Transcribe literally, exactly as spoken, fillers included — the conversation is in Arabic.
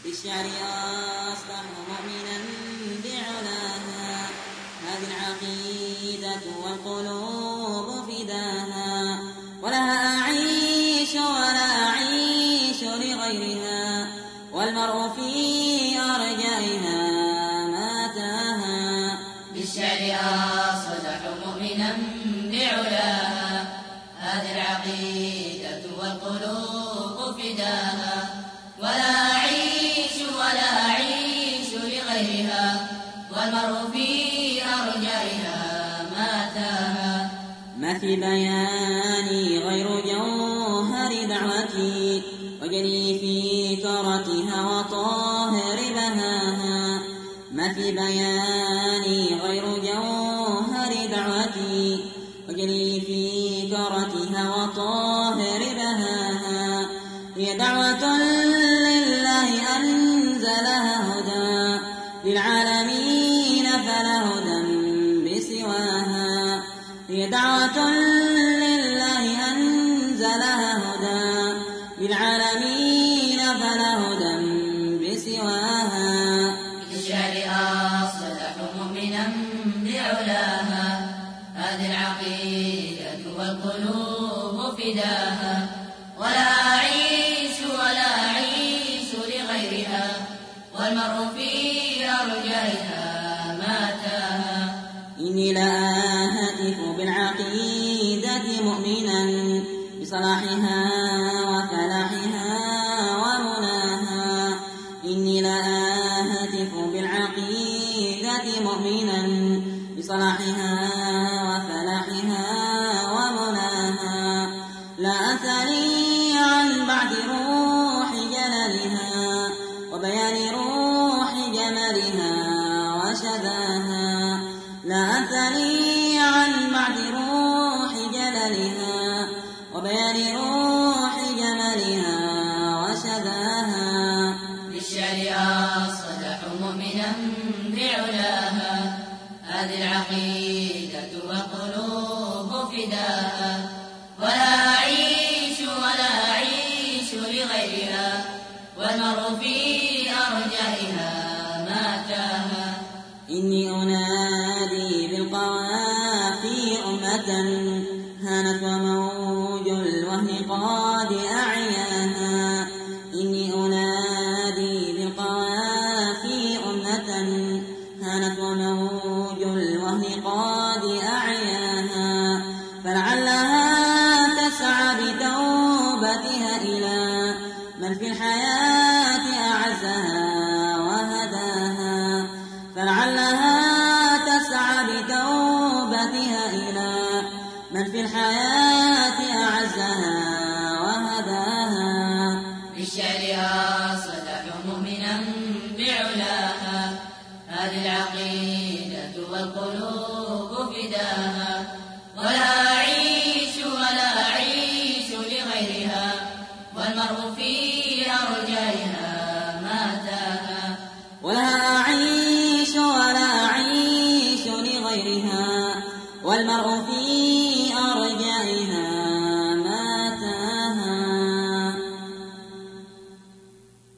بالشعر أصبح مؤمنا بعلاها، هذه العقيدة والقلوب فداها، ولها أعيش ولا أعيش لغيرها، والمرء في أرجائها ما تاها. بالشعر أصبح مؤمنا بعلاها، هذه العقيدة والقلوب فداها، ولا أعيش ولا أعيش لغيرها، والمرء في أرجائها ما تاها. ما في بياني غير جوهر دعوتي، وجلي في كرتها وطاهر بهاها. ما في بياني غير جوهر دعوتي، وجلي في كرتها وطاهر بهاها. هي دعوة لله أنزلها هدى للعالمين، فلا هدى بسواها. هي دعوة لله أنزلها هدى للعالمين، فلا هدى بسواها. بالشعر أصبح مؤمنا بعلاها، هذه العقيدة والقلوب فداها، ولا أعيش ولا أعيش لغيرها، والمرء في أرجائها ما تاها. إني لا أهتف بالعقيدة مؤمنا بصلاحها وفلاحها ومناها. إني لا أهتف بالعقيدة مؤمنا بصلاحها وفلاحها ومناها. لا أثني عن بعد روح جلالها، وبيان روح جمالها وشذاها. لا أثني عن بعد روح جلالها، وبيان روح جمالها وشذاها. بالشعر أصبح مؤمنا بعلاها، هذه العقيدة والقلوب فداها، ولا أعيش ولا أعيش لغيرها، والمرء في أرجائها ما تاها. إني أنادي بالقوافي أمة هانت وموج الوهن قد أعياها. إني أنادي بالقوافي أمة هانت وموج الوهن قد أعياها. فلعلها تسعى بتوبتها إلى من في الحياة أعزها وهداها. فلعلها تسعى بتوبتها إلى من في الحياة أعزها وهداها. بالشعر أصبح مؤمنا بعلاها، هذه العقيدة والقلوب